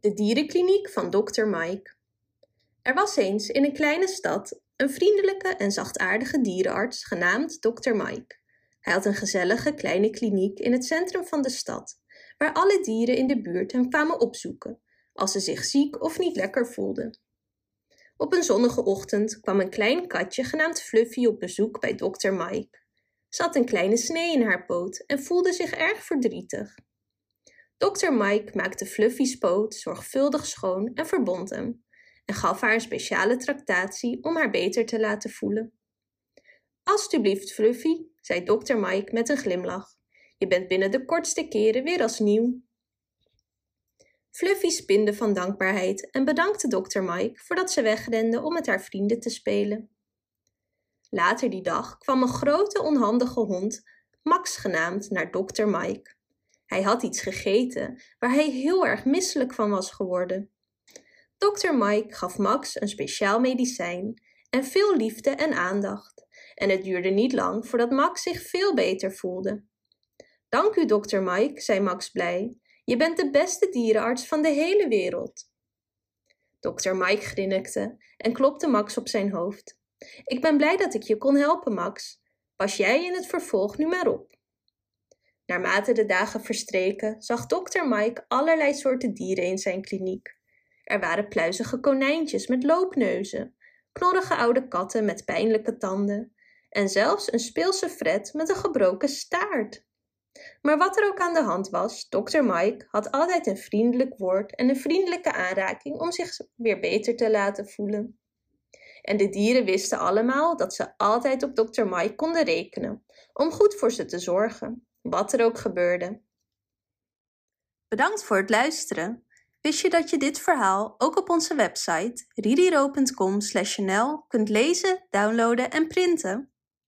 De dierenkliniek van dokter Mike. Er was eens in een kleine stad een vriendelijke en zachtaardige dierenarts genaamd dokter Mike. Hij had een gezellige kleine kliniek in het centrum van de stad, waar alle dieren in de buurt hem kwamen opzoeken, als ze zich ziek of niet lekker voelden. Op een zonnige ochtend kwam een klein katje genaamd Fluffy op bezoek bij dokter Mike. Ze had een kleine snee in haar poot en voelde zich erg verdrietig. Dokter Mike maakte Fluffy's poot zorgvuldig schoon en verbond hem en gaf haar een speciale tractatie om haar beter te laten voelen. Alsjeblieft, Fluffy, zei dokter Mike met een glimlach. Je bent binnen de kortste keren weer als nieuw. Fluffy spinde van dankbaarheid en bedankte dokter Mike voordat ze wegrende om met haar vrienden te spelen. Later die dag kwam een grote onhandige hond, Max genaamd, naar dokter Mike. Hij had iets gegeten waar hij heel erg misselijk van was geworden. Dokter Mike gaf Max een speciaal medicijn en veel liefde en aandacht. En het duurde niet lang voordat Max zich veel beter voelde. Dank u, dokter Mike, zei Max blij. Je bent de beste dierenarts van de hele wereld. Dokter Mike grinnikte en klopte Max op zijn hoofd. Ik ben blij dat ik je kon helpen, Max. Pas jij in het vervolg nu maar op. Naarmate de dagen verstreken, zag dokter Mike allerlei soorten dieren in zijn kliniek. Er waren pluizige konijntjes met loopneuzen, knorrige oude katten met pijnlijke tanden en zelfs een speelse Fred met een gebroken staart. Maar wat er ook aan de hand was, dokter Mike had altijd een vriendelijk woord en een vriendelijke aanraking om zich weer beter te laten voelen. En de dieren wisten allemaal dat ze altijd op dokter Mike konden rekenen, om goed voor ze te zorgen, wat er ook gebeurde. Bedankt voor het luisteren. Wist je dat je dit verhaal ook op onze website ririro.com/nl kunt lezen, downloaden en printen?